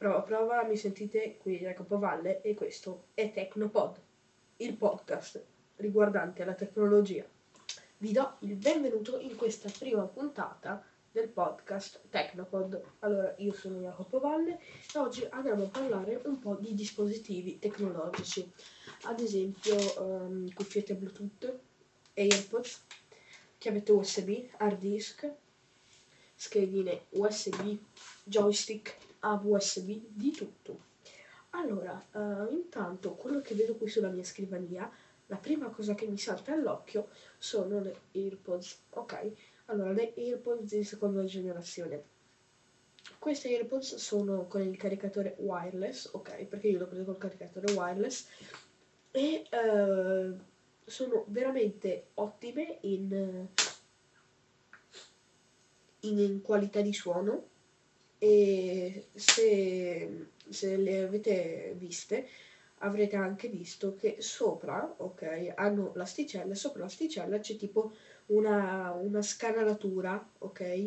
Prova, prova, mi sentite qui da Capovalle e questo è Tecnopod, il podcast riguardante la tecnologia. Vi do il benvenuto in questa prima puntata del podcast Tecnopod. Allora, io sono Jacopo Valle e oggi andiamo a parlare un po' di dispositivi tecnologici, ad esempio cuffiette Bluetooth, AirPods, chiavette USB, hard disk, schedine USB, joystick, hub USB, di tutto. Allora, intanto quello che vedo qui sulla mia scrivania, la prima cosa che mi salta all'occhio sono le AirPods, ok? Allora, le AirPods di seconda generazione. Queste AirPods sono con il caricatore wireless, ok? Perché io l'ho preso col caricatore wireless e sono veramente ottime in qualità di suono, e se le avete viste avrete anche visto che sopra, ok, hanno l'asticella, sopra l'asticella c'è tipo una scanalatura, ok,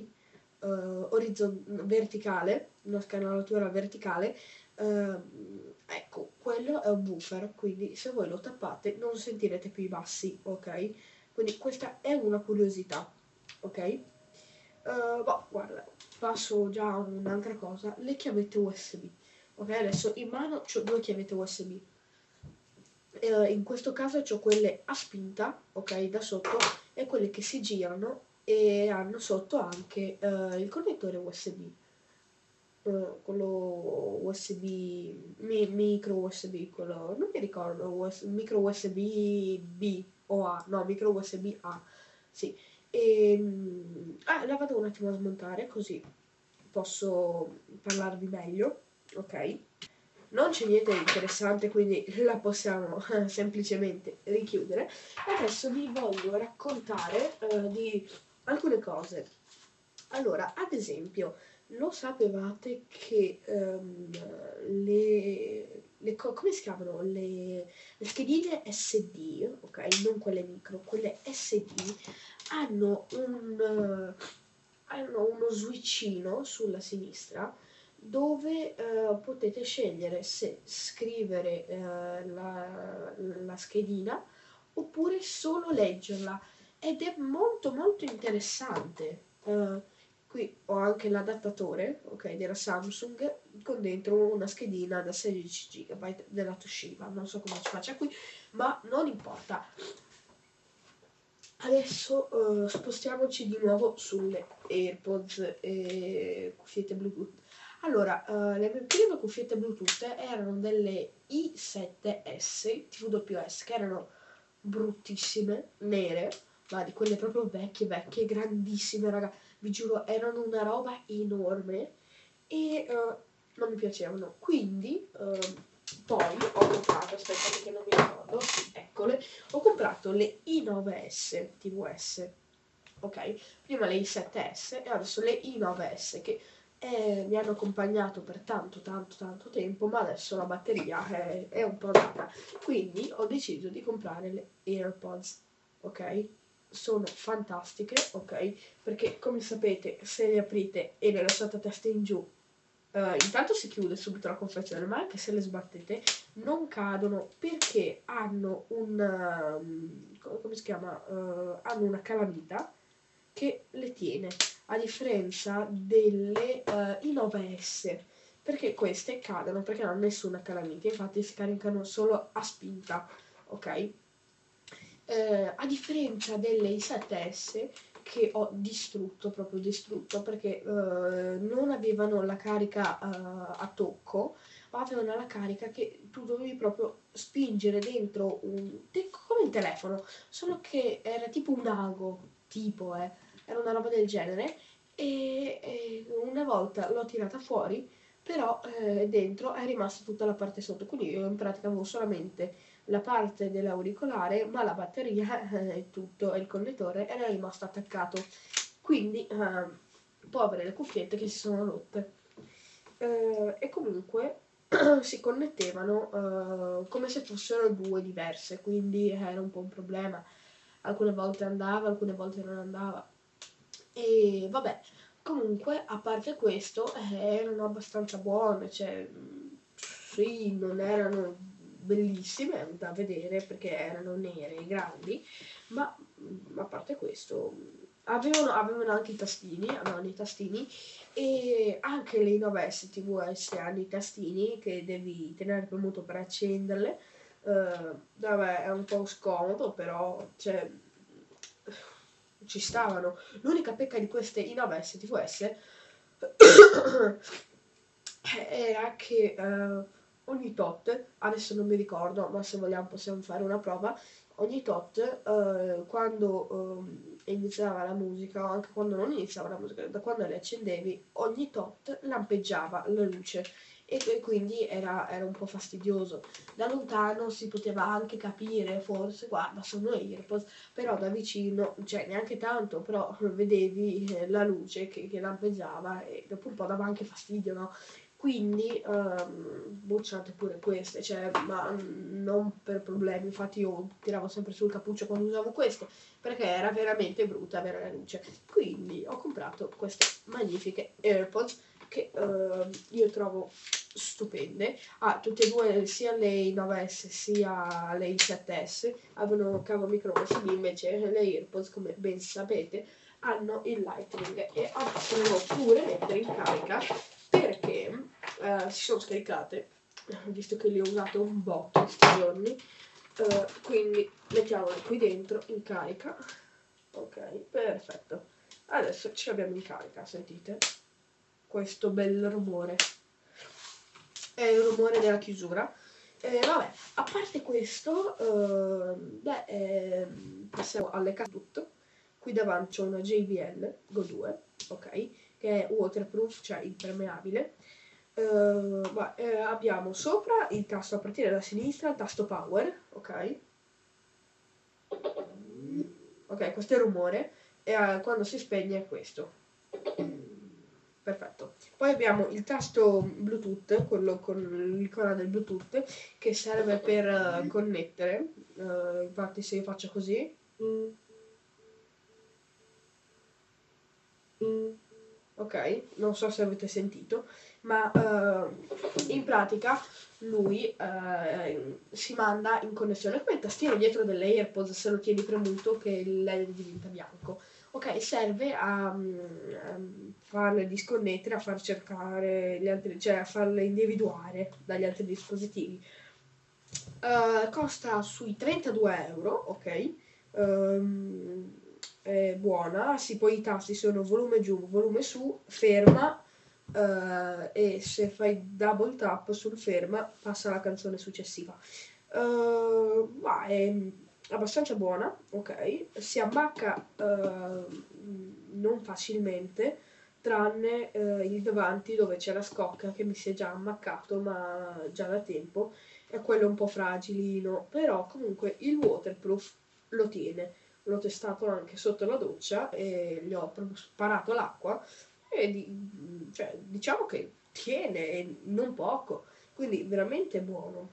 verticale, una scanalatura verticale, ecco, quello è un woofer, quindi se voi lo tappate non sentirete più i bassi, ok? Quindi questa è una curiosità, ok? Guarda, passo già a un'altra cosa, le chiavette USB. Ok, adesso in mano ho due chiavette USB. In questo caso ho quelle a spinta, ok, da sotto, e quelle che si girano e hanno sotto anche il connettore USB. Quello USB, micro USB, quello, non mi ricordo, micro USB B o A, no, micro USB A, sì. La vado un attimo a smontare così posso parlarvi meglio, ok? Non c'è niente di interessante, quindi la possiamo semplicemente richiudere. Adesso vi voglio raccontare di alcune cose. Allora, ad esempio, lo sapevate che come si chiamano? Le schedine SD, ok? Non quelle micro, quelle SD hanno hanno uno switchino sulla sinistra dove potete scegliere se scrivere la schedina oppure solo leggerla, ed è molto molto interessante. Qui ho anche l'adattatore, ok, della Samsung con dentro una schedina da 16 GB della Toshiba, non so come si faccia qui, ma non importa. Adesso spostiamoci di nuovo sulle AirPods e cuffiette Bluetooth. Allora, le mie prime cuffiette Bluetooth erano delle i7S, TWS, che erano bruttissime, nere, ma di quelle proprio vecchie, vecchie, grandissime, raga. Vi giuro, erano una roba enorme e non mi piacevano. Quindi, poi ho comprato, aspetta che non mi ricordo, sì, eccole, ho comprato le i9S TWS, ok? Prima le i7S e adesso le i9S che mi hanno accompagnato per tanto tempo, ma adesso la batteria è un po' data. Quindi ho deciso di comprare le AirPods, ok? Sono fantastiche, ok? Perché come sapete, se le aprite e le lasciate a testa in giù, intanto si chiude subito la confezione, ma anche se le sbattete non cadono perché hanno come si chiama? Hanno una calamita che le tiene, a differenza delle i9S, perché queste cadono perché non hanno nessuna calamita, infatti si caricano solo a spinta, ok? A differenza delle i7S che ho distrutto, proprio distrutto, perché non avevano la carica a tocco, ma avevano la carica che tu dovevi proprio spingere dentro come un telefono, solo che era tipo un ago, era una roba del genere, e una volta l'ho tirata fuori, però dentro è rimasta tutta la parte sotto, quindi io in pratica avevo solamente la parte dell'auricolare, ma la batteria e tutto, e il connettore era rimasto attaccato. Quindi, povere le cuffiette che si sono rotte. E comunque si connettevano come se fossero due diverse, quindi era un po' un problema. Alcune volte andava, alcune volte non andava. E vabbè, Comunque, a parte questo, erano abbastanza buone, cioè, sì, non erano bellissime da vedere perché erano nere e grandi, ma a parte questo, avevano anche avevano i tastini e anche le 9S TVS hanno i tastini che devi tenere premuto per accenderle. Vabbè, è un po' scomodo, però, cioè, ci stavano. L'unica pecca di queste i9S TVS era che ogni tot, adesso non mi ricordo, ma se vogliamo possiamo fare una prova, ogni tot quando iniziava la musica o anche quando non iniziava la musica, da quando le accendevi, ogni tot lampeggiava la luce e quindi era un po' fastidioso. Da lontano si poteva anche capire, forse, guarda, sono AirPods, però da vicino, cioè neanche tanto, però vedevi la luce che lampeggiava e dopo un po' dava anche fastidio, no? Quindi bocciate pure queste, cioè, ma non per problemi, infatti io tiravo sempre sul cappuccio quando usavo queste, perché era veramente brutta avere la luce. Quindi ho comprato queste magnifiche AirPods che io trovo stupende. Tutte e due, sia le i9S sia le i7S, avevano cavo micro USB, invece le AirPods, come ben sapete, hanno il Lightning e adesso le devo pure mettere in carica perché si sono scaricate, visto che le ho usate un botto questi giorni, quindi mettiamole qui dentro in carica. Ok, perfetto. Adesso ce l'abbiamo in carica, sentite questo bel rumore. È il rumore della chiusura. Vabbè, a parte questo, passiamo alle tutto. Qui davanti c'è una JBL Go 2, ok, che è waterproof, cioè impermeabile. Abbiamo sopra il tasto a partire da sinistra, il tasto power, ok. Ok, questo è il rumore e quando si spegne è questo. Perfetto. Poi abbiamo il tasto Bluetooth, quello con l'icona del Bluetooth, che serve per connettere. Infatti se io faccio così, ok, non so se avete sentito, ma in pratica lui si manda in connessione come il tastino dietro delle AirPods, se lo tieni premuto che il LED diventa bianco. Ok, serve a farle disconnettere, a far cercare gli altri, cioè a farle individuare dagli altri dispositivi. Costa sui 32 euro, ok? È buona, sì, poi i tasti sono volume giù, volume su, ferma, e se fai double tap sul ferma passa la canzone successiva. È abbastanza buona, ok? Si ammacca non facilmente, tranne il davanti dove c'è la scocca che mi si è già ammaccato, ma già da tempo, è quello un po' fragilino, però comunque il waterproof lo tiene. L'ho testato anche sotto la doccia e gli ho proprio sparato l'acqua e cioè, diciamo che tiene non poco, quindi veramente buono.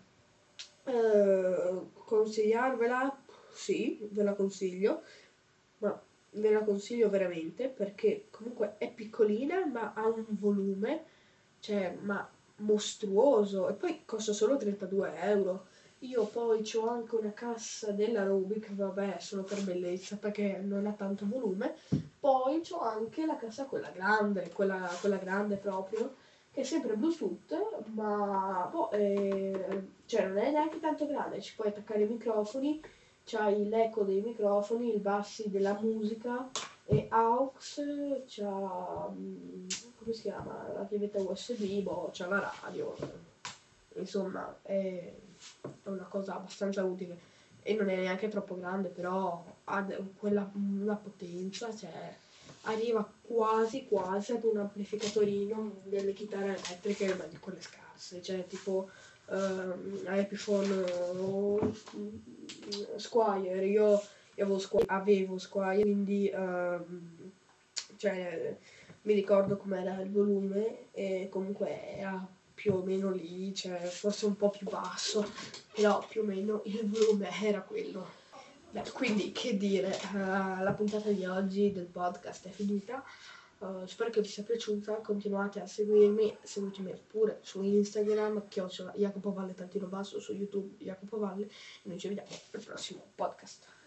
Consigliarvela? Sì, ve la consiglio, ma ve la consiglio veramente perché comunque è piccolina ma ha un volume, cioè, ma mostruoso e poi costa solo 32 euro. Io poi ho anche una cassa della Rubik, vabbè, solo per bellezza perché non ha tanto volume. Poi ho anche la cassa quella grande proprio, che è sempre Bluetooth, ma cioè non è neanche tanto grande, ci puoi attaccare i microfoni, c'hai l'eco dei microfoni, i bassi della musica e aux, come si chiama, la chiavetta USB, c'ha la radio, insomma è una cosa abbastanza utile e non è neanche troppo grande, però ha una potenza, cioè arriva quasi quasi ad un amplificatorino delle chitarre elettriche, ma di quelle scarse, cioè tipo Epiphone o Squire. Io avevo Squire, quindi cioè, mi ricordo com'era il volume e comunque era più o meno lì, cioè forse un po' più basso, però più o meno il volume era quello. Beh, quindi che dire, la puntata di oggi del podcast è finita. spero che vi sia piaciuta, continuate a seguirmi, seguitemi pure su Instagram, @jacopovalle_basso, su YouTube Jacopo Valle, e noi ci vediamo al prossimo podcast.